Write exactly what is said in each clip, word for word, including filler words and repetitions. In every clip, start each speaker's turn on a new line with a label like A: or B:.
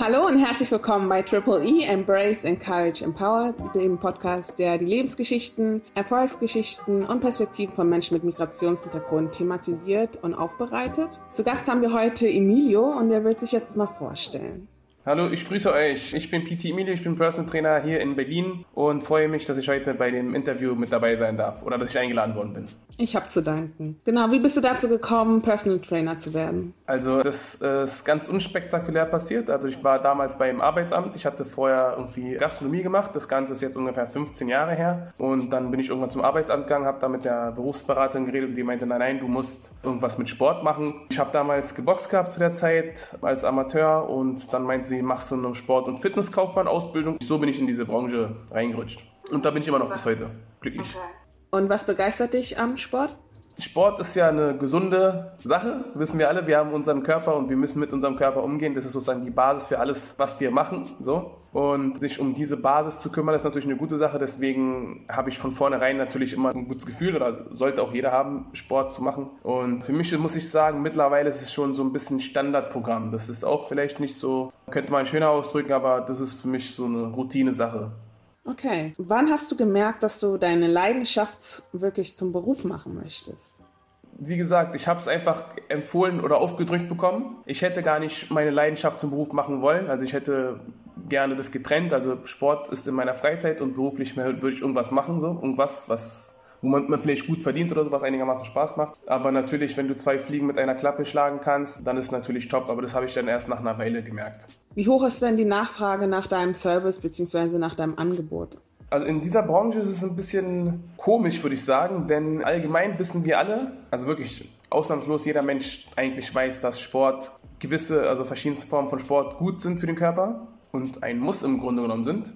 A: Hallo und herzlich willkommen bei Triple E, Embrace, Encourage, Empower, dem Podcast, der die Lebensgeschichten, Erfolgsgeschichten und Perspektiven von Menschen mit Migrationshintergrund thematisiert und aufbereitet. Zu Gast haben wir heute Emilio und der wird sich jetzt mal vorstellen.
B: Hallo, ich grüße euch. Ich bin P T Emilio, ich bin Personal Trainer hier in Berlin und freue mich, dass ich heute bei dem Interview mit dabei sein darf oder dass ich eingeladen worden bin.
A: Ich habe zu danken. Genau, wie bist du dazu gekommen, Personal Trainer zu werden?
B: Also das ist ganz unspektakulär passiert. Also ich war damals beim Arbeitsamt. Ich hatte vorher irgendwie Gastronomie gemacht. Das Ganze ist jetzt ungefähr fünfzehn Jahre her. Und dann bin ich irgendwann zum Arbeitsamt gegangen, habe da mit der Berufsberaterin geredet und die meinte, nein, nein, du musst irgendwas mit Sport machen. Ich habe damals geboxt gehabt zu der Zeit als Amateur und dann meinte sie, machst du eine Sport- und Fitnesskaufmann-Ausbildung. So bin ich in diese Branche reingerutscht. Und da bin ich immer noch bis heute glücklich.
A: Okay. Und was begeistert dich am Sport?
B: Sport ist ja eine gesunde Sache, wissen wir alle. Wir haben unseren Körper und wir müssen mit unserem Körper umgehen. Das ist sozusagen die Basis für alles, was wir machen. So. Und sich um diese Basis zu kümmern, ist natürlich eine gute Sache. Deswegen habe ich von vornherein natürlich immer ein gutes Gefühl oder sollte auch jeder haben, Sport zu machen. Und für mich muss ich sagen, mittlerweile ist es schon so ein bisschen Standardprogramm. Das ist auch vielleicht nicht so, könnte man schöner ausdrücken, aber das ist für mich so eine Routine-Sache.
A: Okay. Wann hast du gemerkt, dass du deine Leidenschaft wirklich zum Beruf machen möchtest?
B: Wie gesagt, ich habe es einfach empfohlen oder aufgedrückt bekommen. Ich hätte gar nicht meine Leidenschaft zum Beruf machen wollen. Also ich hätte gerne das getrennt. Also Sport ist in meiner Freizeit und beruflich würde ich irgendwas machen, so irgendwas, was wo man, man vielleicht gut verdient oder so, was einigermaßen Spaß macht. Aber natürlich, wenn du zwei Fliegen mit einer Klappe schlagen kannst, dann ist natürlich top. Aber das habe ich dann erst nach einer Weile gemerkt.
A: Wie hoch ist denn die Nachfrage nach deinem Service bzw. nach deinem Angebot?
B: Also in dieser Branche ist es ein bisschen komisch, würde ich sagen, denn allgemein wissen wir alle, also wirklich ausnahmslos jeder Mensch eigentlich weiß, dass Sport, gewisse, also verschiedenste Formen von Sport gut sind für den Körper und ein Muss im Grunde genommen sind.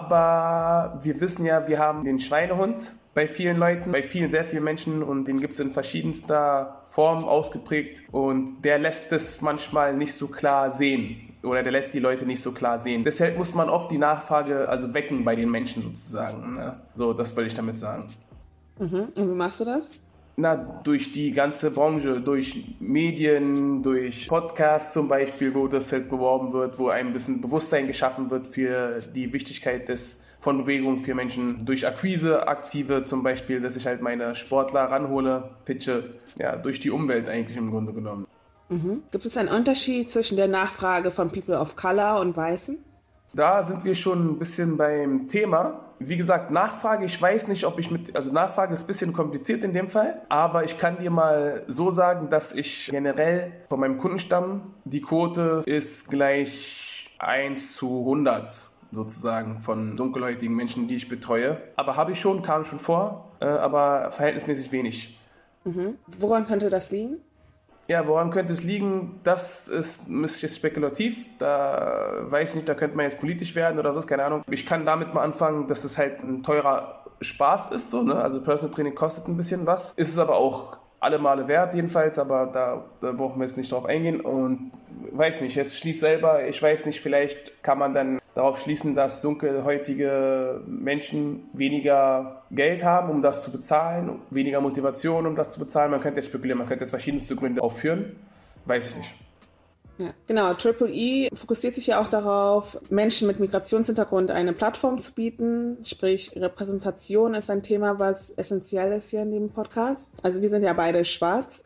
B: Aber wir wissen ja, wir haben den Schweinehund bei vielen Leuten, bei vielen, sehr vielen Menschen und den gibt es in verschiedenster Form ausgeprägt und der lässt es manchmal nicht so klar sehen. Oder der lässt die Leute nicht so klar sehen. Deshalb muss man oft die Nachfrage also wecken bei den Menschen sozusagen. Ne? So, das will ich damit sagen.
A: Mhm. Und wie machst du das?
B: Na, durch die ganze Branche, durch Medien, durch Podcasts zum Beispiel, wo das halt beworben wird, wo ein bisschen Bewusstsein geschaffen wird für die Wichtigkeit des von Bewegung für Menschen, durch Akquise, Aktive zum Beispiel, dass ich halt meine Sportler ranhole, pitche, ja, durch die Umwelt eigentlich im Grunde genommen.
A: Mhm. Gibt es einen Unterschied zwischen der Nachfrage von People of Color und Weißen?
B: Da sind wir schon ein bisschen beim Thema. Wie gesagt, Nachfrage, ich weiß nicht, ob ich mit, also Nachfrage ist ein bisschen kompliziert in dem Fall, aber ich kann dir mal so sagen, dass ich generell von meinem Kundenstamm, die Quote ist gleich eins zu hundert sozusagen von dunkelhäutigen Menschen, die ich betreue. Aber habe ich schon, kam schon vor, aber verhältnismäßig wenig.
A: Mhm. Woran könnte das liegen?
B: Ja, woran könnte es liegen? Das ist, ist jetzt spekulativ. Da weiß ich nicht, da könnte man jetzt politisch werden oder was, keine Ahnung. Ich kann damit mal anfangen, dass das halt ein teurer Spaß ist, so, ne? Also Personal Training kostet ein bisschen was. Ist es aber auch alle Male wert jedenfalls, aber da, da brauchen wir jetzt nicht drauf eingehen. Und weiß nicht, jetzt schließt selber, ich weiß nicht, vielleicht kann man dann darauf schließen, dass dunkelhäutige Menschen weniger Geld haben, um das zu bezahlen, weniger Motivation, um das zu bezahlen. Man könnte jetzt spekulieren, man könnte jetzt verschiedenste Gründe aufführen. Weiß ich nicht.
A: Ja, genau. Triple E fokussiert sich ja auch darauf, Menschen mit Migrationshintergrund eine Plattform zu bieten. Sprich, Repräsentation ist ein Thema, was essentiell ist hier in dem Podcast. Also wir sind ja beide schwarz.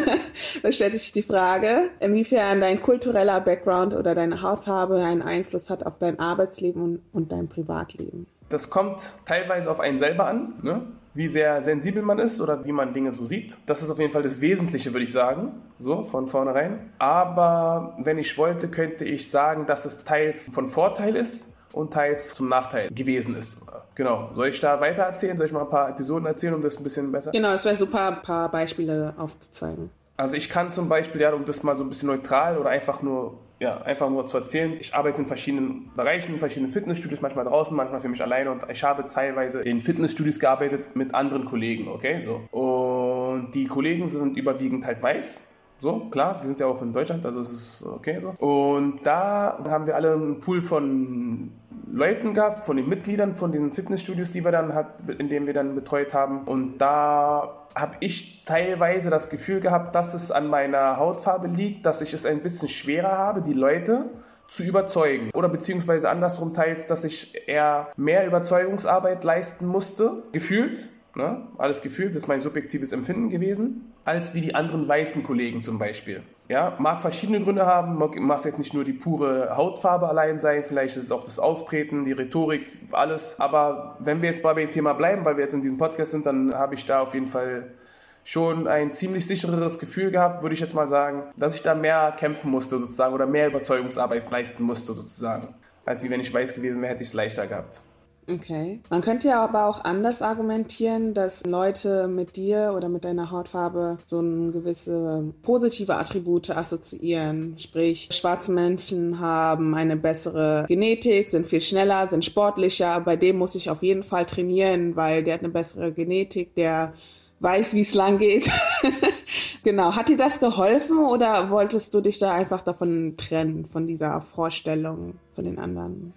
A: Da stellt sich die Frage, inwiefern dein kultureller Background oder deine Hautfarbe einen Einfluss hat auf dein Arbeitsleben und, und dein Privatleben.
B: Das kommt teilweise auf einen selber an, ne? Wie sehr sensibel man ist oder wie man Dinge so sieht. Das ist auf jeden Fall das Wesentliche, würde ich sagen, so von vornherein. Aber wenn ich wollte, könnte ich sagen, dass es teils von Vorteil ist und teils zum Nachteil gewesen ist. Genau. Soll ich da weiter erzählen? Soll ich mal ein paar Episoden erzählen, um das ein bisschen besser?
A: Genau, es wäre super, ein paar Beispiele aufzuzeigen.
B: Also ich kann zum Beispiel, ja, um das mal so ein bisschen neutral oder einfach nur, ja, einfach nur zu erzählen, ich arbeite in verschiedenen Bereichen, in verschiedenen Fitnessstudios, manchmal draußen, manchmal für mich alleine und ich habe teilweise in Fitnessstudios gearbeitet mit anderen Kollegen, okay, so. Und die Kollegen sind überwiegend halt weiß. So, klar, wir sind ja auch in Deutschland, also es ist okay so. Und da haben wir alle einen Pool von Leuten gehabt, von den Mitgliedern von diesen Fitnessstudios, die wir dann hat, in denen wir dann betreut haben. Und da habe ich teilweise das Gefühl gehabt, dass es an meiner Hautfarbe liegt, dass ich es ein bisschen schwerer habe, die Leute zu überzeugen. Oder beziehungsweise andersrum teils, dass ich eher mehr Überzeugungsarbeit leisten musste, gefühlt, ne? Alles gefühlt, das ist mein subjektives Empfinden gewesen, als wie die anderen weißen Kollegen zum Beispiel. Ja, mag verschiedene Gründe haben, mag jetzt nicht nur die pure Hautfarbe allein sein, vielleicht ist es auch das Auftreten, die Rhetorik, alles. Aber wenn wir jetzt bei dem Thema bleiben, weil wir jetzt in diesem Podcast sind, dann habe ich da auf jeden Fall schon ein ziemlich sichereres Gefühl gehabt, würde ich jetzt mal sagen, dass ich da mehr kämpfen musste sozusagen oder mehr Überzeugungsarbeit leisten musste sozusagen, als wie wenn ich weiß gewesen wäre, hätte ich es leichter gehabt.
A: Okay. Man könnte ja aber auch anders argumentieren, dass Leute mit dir oder mit deiner Hautfarbe so ein gewisse positive Attribute assoziieren. Sprich, schwarze Menschen haben eine bessere Genetik, sind viel schneller, sind sportlicher. Bei dem muss ich auf jeden Fall trainieren, weil der hat eine bessere Genetik, der weiß, wie es lang geht. Genau. Hat dir das geholfen oder wolltest du dich da einfach davon trennen, von dieser Vorstellung von den anderen?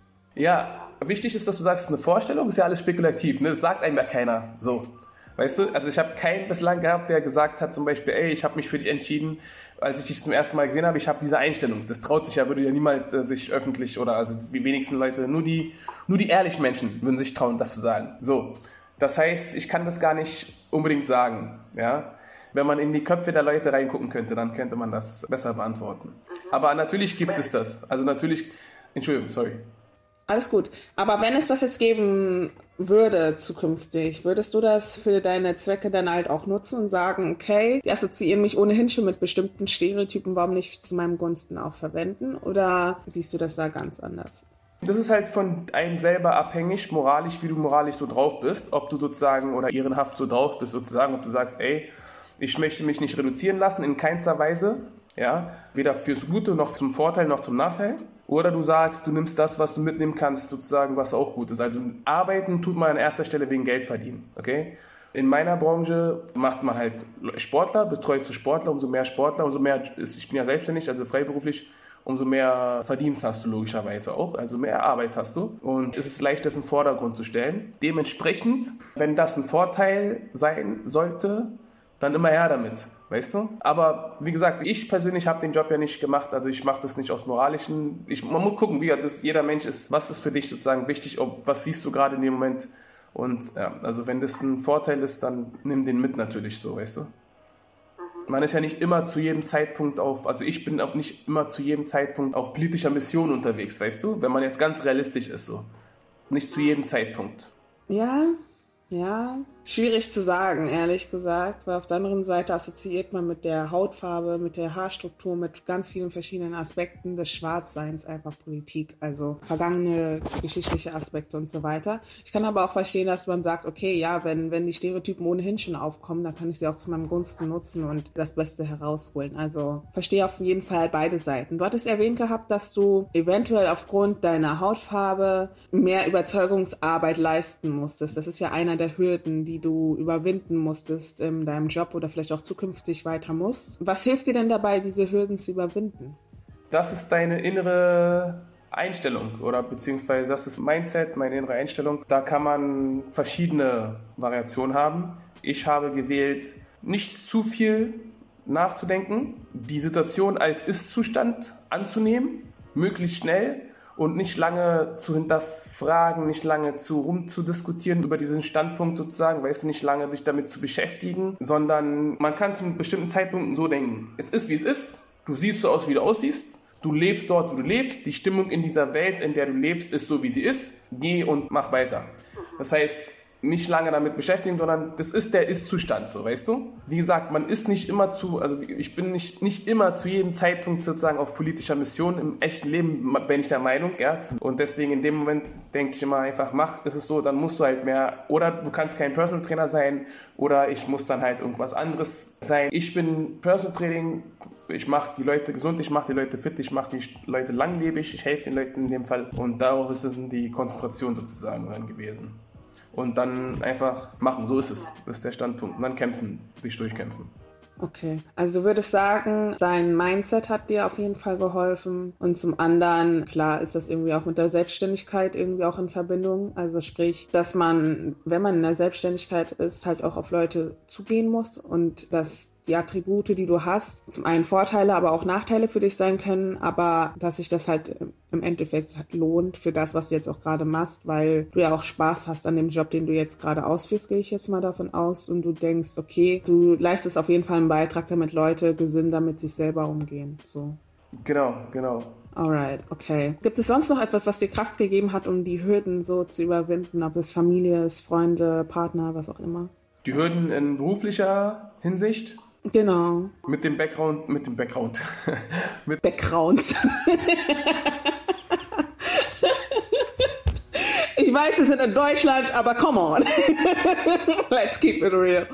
B: Ja, wichtig ist, dass du sagst, es ist eine Vorstellung, ist ja alles spekulativ, ne? Das sagt einem ja keiner, so. Weißt du, also ich habe keinen bislang gehabt, der gesagt hat zum Beispiel, ey, ich habe mich für dich entschieden, als ich dich zum ersten Mal gesehen habe, ich habe diese Einstellung. Das traut sich ja, würde ja niemand äh, sich öffentlich oder also die wenigsten Leute, nur die, nur die ehrlichen Menschen würden sich trauen, das zu sagen. So, das heißt, ich kann das gar nicht unbedingt sagen, ja. Wenn man in die Köpfe der Leute reingucken könnte, dann könnte man das besser beantworten. Aber natürlich gibt es das, also natürlich, Entschuldigung, sorry.
A: Alles gut. Aber wenn es das jetzt geben würde zukünftig, würdest du das für deine Zwecke dann halt auch nutzen und sagen, okay, die assoziieren mich ohnehin schon mit bestimmten Stereotypen, warum nicht zu meinem Gunsten auch verwenden? Oder siehst du das da ganz anders?
B: Das ist halt von einem selber abhängig, moralisch, wie du moralisch so drauf bist, ob du sozusagen oder ehrenhaft so drauf bist sozusagen, ob du sagst, ey, ich möchte mich nicht reduzieren lassen, in keinster Weise, ja, weder fürs Gute noch zum Vorteil noch zum Nachteil. Oder du sagst, du nimmst das, was du mitnehmen kannst, sozusagen, was auch gut ist. Also arbeiten tut man an erster Stelle wegen Geld verdienen, okay? In meiner Branche macht man halt Sportler, betreut zu Sportler, umso mehr Sportler, umso mehr, ist, ich bin ja selbstständig, also freiberuflich, umso mehr Verdienst hast du logischerweise auch, also mehr Arbeit hast du. Und es ist leicht, das in den Vordergrund zu stellen. Dementsprechend, wenn das ein Vorteil sein sollte, dann immer her damit, weißt du? Aber wie gesagt, ich persönlich habe den Job ja nicht gemacht, also ich mache das nicht aus moralischen, ich, man muss gucken, wie das jeder Mensch ist, was ist für dich sozusagen wichtig, ob, was siehst du gerade in dem Moment und ja, also wenn das ein Vorteil ist, dann nimm den mit natürlich so, weißt du? Man ist ja nicht immer zu jedem Zeitpunkt auf, also ich bin auch nicht immer zu jedem Zeitpunkt auf politischer Mission unterwegs, weißt du? Wenn man jetzt ganz realistisch ist so, nicht zu jedem Zeitpunkt.
A: Ja, ja, schwierig zu sagen, ehrlich gesagt, weil auf der anderen Seite assoziiert man mit der Hautfarbe, mit der Haarstruktur, mit ganz vielen verschiedenen Aspekten des Schwarzseins einfach Politik, also vergangene geschichtliche Aspekte und so weiter. Ich kann aber auch verstehen, dass man sagt, okay, ja, wenn, wenn die Stereotypen ohnehin schon aufkommen, dann kann ich sie auch zu meinem Gunsten nutzen und das Beste herausholen. Also verstehe auf jeden Fall beide Seiten. Du hattest erwähnt gehabt, dass du eventuell aufgrund deiner Hautfarbe mehr Überzeugungsarbeit leisten musstest. Das ist ja einer der Hürden, die du überwinden musstest in deinem Job oder vielleicht auch zukünftig weiter musst. Was hilft dir denn dabei, diese Hürden zu überwinden?
B: Das ist deine innere Einstellung oder beziehungsweise das ist Mindset, meine innere Einstellung. Da kann man verschiedene Variationen haben. Ich habe gewählt, nicht zu viel nachzudenken, die Situation als Ist-Zustand anzunehmen, möglichst schnell und nicht lange zu hinterfragen, nicht lange zu rumzudiskutieren über diesen Standpunkt sozusagen, weißt du, nicht lange sich damit zu beschäftigen, sondern man kann zu einem bestimmten Zeitpunkt so denken, es ist wie es ist, du siehst so aus, wie du aussiehst, du lebst dort, wo du lebst, die Stimmung in dieser Welt, in der du lebst, ist so, wie sie ist, geh und mach weiter. Das heißt, nicht lange damit beschäftigen, sondern das ist der Ist-Zustand, so, weißt du? Wie gesagt, man ist nicht immer zu, also ich bin nicht, nicht immer zu jedem Zeitpunkt sozusagen auf politischer Mission. Im echten Leben bin ich der Meinung, ja. Und deswegen in dem Moment denke ich immer einfach, mach, ist es so, dann musst du halt mehr, oder du kannst kein Personal Trainer sein, oder ich muss dann halt irgendwas anderes sein. Ich bin Personal Training, ich mache die Leute gesund, ich mache die Leute fit, ich mache die Leute langlebig, ich helfe den Leuten in dem Fall. Und darauf ist es die Konzentration sozusagen dann gewesen. Und dann einfach machen, so ist es. Das ist der Standpunkt. Und dann kämpfen, sich durchkämpfen.
A: Okay, also du würdest sagen, dein Mindset hat dir auf jeden Fall geholfen. Und zum anderen, klar, ist das irgendwie auch mit der Selbstständigkeit irgendwie auch in Verbindung. Also sprich, dass man, wenn man in der Selbstständigkeit ist, halt auch auf Leute zugehen muss und dass die Attribute, die du hast, zum einen Vorteile, aber auch Nachteile für dich sein können, aber dass sich das halt im Endeffekt lohnt für das, was du jetzt auch gerade machst, weil du ja auch Spaß hast an dem Job, den du jetzt gerade ausführst, gehe ich jetzt mal davon aus, und du denkst, okay, du leistest auf jeden Fall einen Beitrag, damit Leute gesünder mit sich selber umgehen. So.
B: Genau, genau.
A: Alright, okay. Gibt es sonst noch etwas, was dir Kraft gegeben hat, um die Hürden so zu überwinden, ob es Familie ist, Freunde, Partner, was auch immer?
B: Die Hürden in beruflicher Hinsicht?
A: Genau.
B: Mit dem Background, mit dem Background. mit
A: Background. Ich weiß, wir sind in Deutschland, aber come on. Let's keep it real.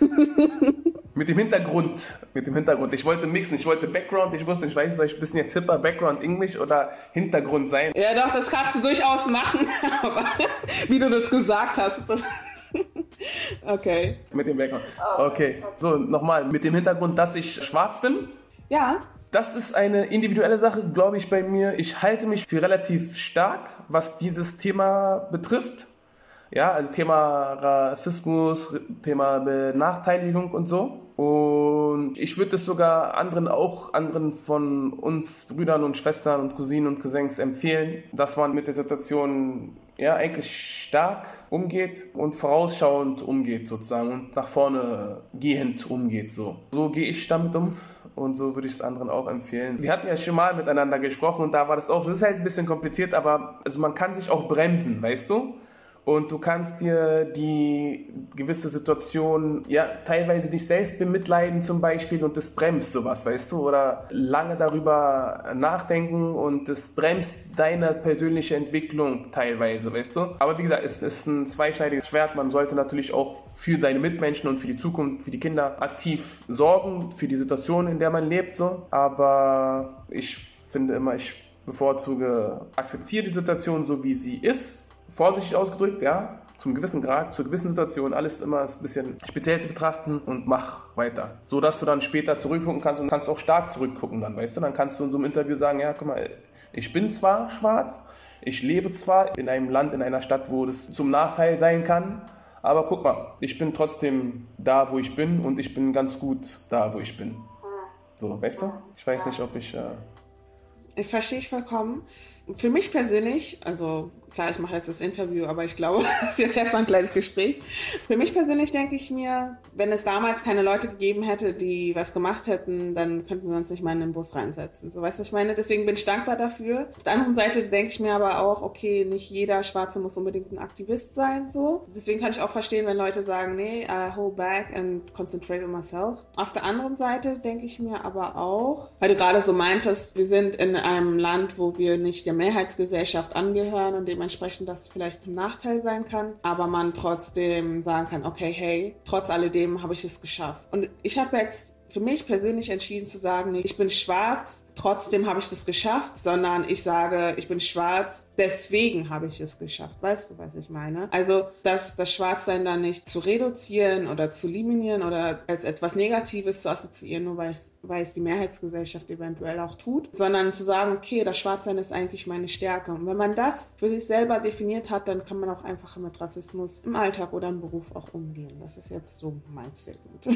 B: Mit dem Hintergrund, mit dem Hintergrund. Ich wollte mixen, ich wollte Background, ich wusste nicht, weiß ich, soll ich ein bisschen jetzt hipper Background Englisch oder Hintergrund sein?
A: Ja doch, das kannst du durchaus machen, aber wie du das gesagt hast. Das okay.
B: Mit dem Background. Okay, so nochmal, mit dem Hintergrund, dass ich schwarz bin.
A: Ja.
B: Das ist eine individuelle Sache, glaube ich, bei mir. Ich halte mich für relativ stark, was dieses Thema betrifft. Ja, also Thema Rassismus, Thema Benachteiligung und so. Und ich würde es sogar anderen auch, anderen von uns Brüdern und Schwestern und Cousinen und Cousins empfehlen, dass man mit der Situation ja eigentlich stark umgeht und vorausschauend umgeht sozusagen und nach vorne gehend umgeht. So, so gehe ich damit um. Und so würde ich es anderen auch empfehlen. Wir hatten ja schon mal miteinander gesprochen und da war das auch, es ist halt ein bisschen kompliziert, aber also man kann sich auch bremsen, weißt du? Und du kannst dir die gewisse Situation, ja, teilweise dich selbst bemitleiden zum Beispiel und das bremst sowas, weißt du? Oder lange darüber nachdenken und das bremst deine persönliche Entwicklung teilweise, weißt du? Aber wie gesagt, es ist ein zweischneidiges Schwert. Man sollte natürlich auch für seine Mitmenschen und für die Zukunft, für die Kinder aktiv sorgen, für die Situation, in der man lebt, so. Aber ich finde immer, ich bevorzuge, akzeptiere die Situation so, wie sie ist. Vorsichtig ausgedrückt, ja, zum gewissen Grad, zur gewissen Situation, alles immer ein bisschen speziell zu betrachten und mach weiter. So, dass du dann später zurückgucken kannst und kannst auch stark zurückgucken dann, weißt du? Dann kannst du in so einem Interview sagen, ja, guck mal, ich bin zwar schwarz, ich lebe zwar in einem Land, in einer Stadt, wo das zum Nachteil sein kann, aber guck mal, ich bin trotzdem da, wo ich bin und ich bin ganz gut da, wo ich bin. So, weißt du? Ich weiß nicht, ob ich... Äh
A: ich verstehe ich vollkommen. Für mich persönlich, also klar, ich mache jetzt das Interview, aber ich glaube, das ist jetzt erstmal ein kleines Gespräch. Für mich persönlich denke ich mir, wenn es damals keine Leute gegeben hätte, die was gemacht hätten, dann könnten wir uns nicht mal in den Bus reinsetzen. So, weißt du, was ich meine? Deswegen bin ich dankbar dafür. Auf der anderen Seite denke ich mir aber auch, okay, nicht jeder Schwarze muss unbedingt ein Aktivist sein, so. Deswegen kann ich auch verstehen, wenn Leute sagen, nee, I hold back and concentrate on myself. Auf der anderen Seite denke ich mir aber auch, weil du gerade so meintest, wir sind in einem Land, wo wir nicht der Mehrheitsgesellschaft angehören und dementsprechend das vielleicht zum Nachteil sein kann, aber man trotzdem sagen kann, okay, hey, trotz alledem habe ich es geschafft. Und ich habe jetzt für mich persönlich entschieden zu sagen, nee, ich bin schwarz, trotzdem habe ich das geschafft, sondern ich sage, ich bin schwarz, deswegen habe ich es geschafft. Weißt du, was ich meine? Also, dass das Schwarzsein dann nicht zu reduzieren oder zu limitieren oder als etwas Negatives zu assoziieren, nur weil es, weil es die Mehrheitsgesellschaft eventuell auch tut, sondern zu sagen, okay, das Schwarzsein ist eigentlich meine Stärke. Und wenn man das für sich selber definiert hat, dann kann man auch einfacher mit Rassismus im Alltag oder im Beruf auch umgehen. Das ist jetzt so mein Statement.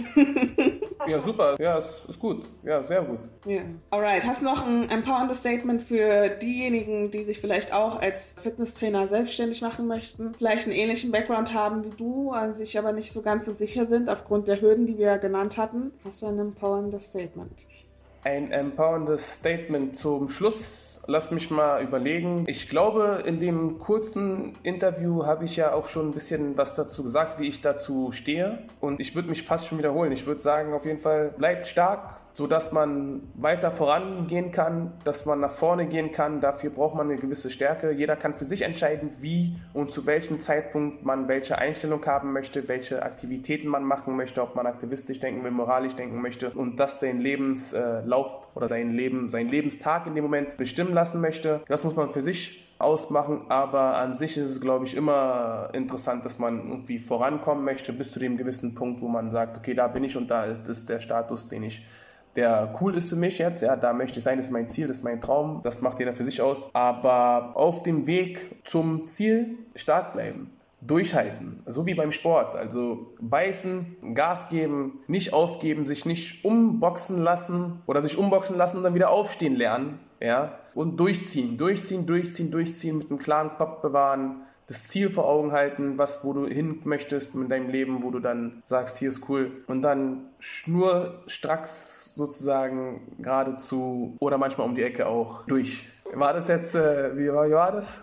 B: Ja, super. Ja, ist, ist gut. Ja, sehr gut.
A: Ja. Alright. Hast du noch ein empowerndes Statement für diejenigen, die sich vielleicht auch als Fitnesstrainer selbstständig machen möchten, vielleicht einen ähnlichen Background haben wie du, an sich aber nicht so ganz so sicher sind aufgrund der Hürden, die wir genannt hatten? Hast du ein empowerndes Statement?
B: Ein empowerndes Statement zum Schluss. Lass mich mal überlegen. Ich glaube, in dem kurzen Interview habe ich ja auch schon ein bisschen was dazu gesagt, wie ich dazu stehe. Und ich würde mich fast schon wiederholen. Ich würde sagen, auf jeden Fall, bleibt stark, sodass man weiter vorangehen kann, dass man nach vorne gehen kann. Dafür braucht man eine gewisse Stärke. Jeder kann für sich entscheiden, wie und zu welchem Zeitpunkt man welche Einstellung haben möchte, welche Aktivitäten man machen möchte, ob man aktivistisch denken will, moralisch denken möchte und das den Lebenslauf oder sein Leben, seinen Lebenstag in dem Moment bestimmen lassen möchte. Das muss man für sich ausmachen, aber an sich ist es, glaube ich, immer interessant, dass man irgendwie vorankommen möchte bis zu dem gewissen Punkt, wo man sagt, okay, da bin ich und da ist, ist der Status, den ich der cool ist für mich jetzt, ja, da möchte ich sein, das ist mein Ziel, das ist mein Traum, das macht jeder für sich aus, aber auf dem Weg zum Ziel stark bleiben. durchhalten, so wie beim Sport. Also beißen, Gas geben, nicht aufgeben, sich nicht umboxen lassen oder sich umboxen lassen und dann wieder aufstehen lernen, ja, und durchziehen, durchziehen, durchziehen, durchziehen, mit einem klaren Kopf bewahren, das Ziel vor Augen halten, was, wo du hin möchtest mit deinem Leben, wo du dann sagst, hier ist cool, und dann schnurstracks sozusagen geradezu oder manchmal um die Ecke auch durch. War das jetzt, äh, wie, war, wie war das?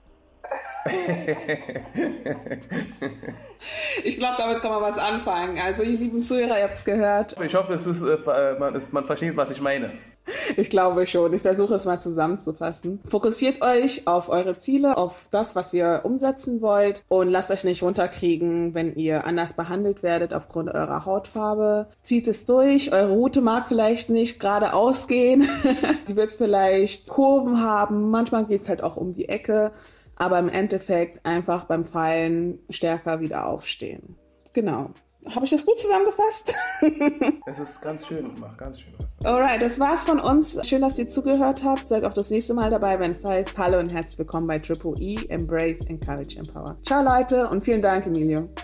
A: Ich glaube, damit kann man was anfangen. Also, ihr lieben Zuhörer, ihr habt es gehört.
B: Ich hoffe, es ist, äh, man, ist, man versteht, was ich meine.
A: Ich glaube schon. Ich versuche es mal zusammenzufassen. Fokussiert euch auf eure Ziele, auf das, was ihr umsetzen wollt, und lasst euch nicht runterkriegen, wenn ihr anders behandelt werdet aufgrund eurer Hautfarbe. Zieht es durch. Eure Route mag vielleicht nicht geradeaus gehen. Sie wird vielleicht Kurven haben. Manchmal geht es halt auch um die Ecke. Aber im Endeffekt einfach beim Fallen stärker wieder aufstehen. Genau. Habe ich das gut zusammengefasst?
B: Es ist ganz schön gemacht, ganz schön.
A: Alright, das war's von uns. Schön, dass ihr zugehört habt. Seid auch das nächste Mal dabei, wenn es heißt Hallo und herzlich willkommen bei Triple E, Embrace, Encourage, Empower. Ciao Leute und vielen Dank, Emilio.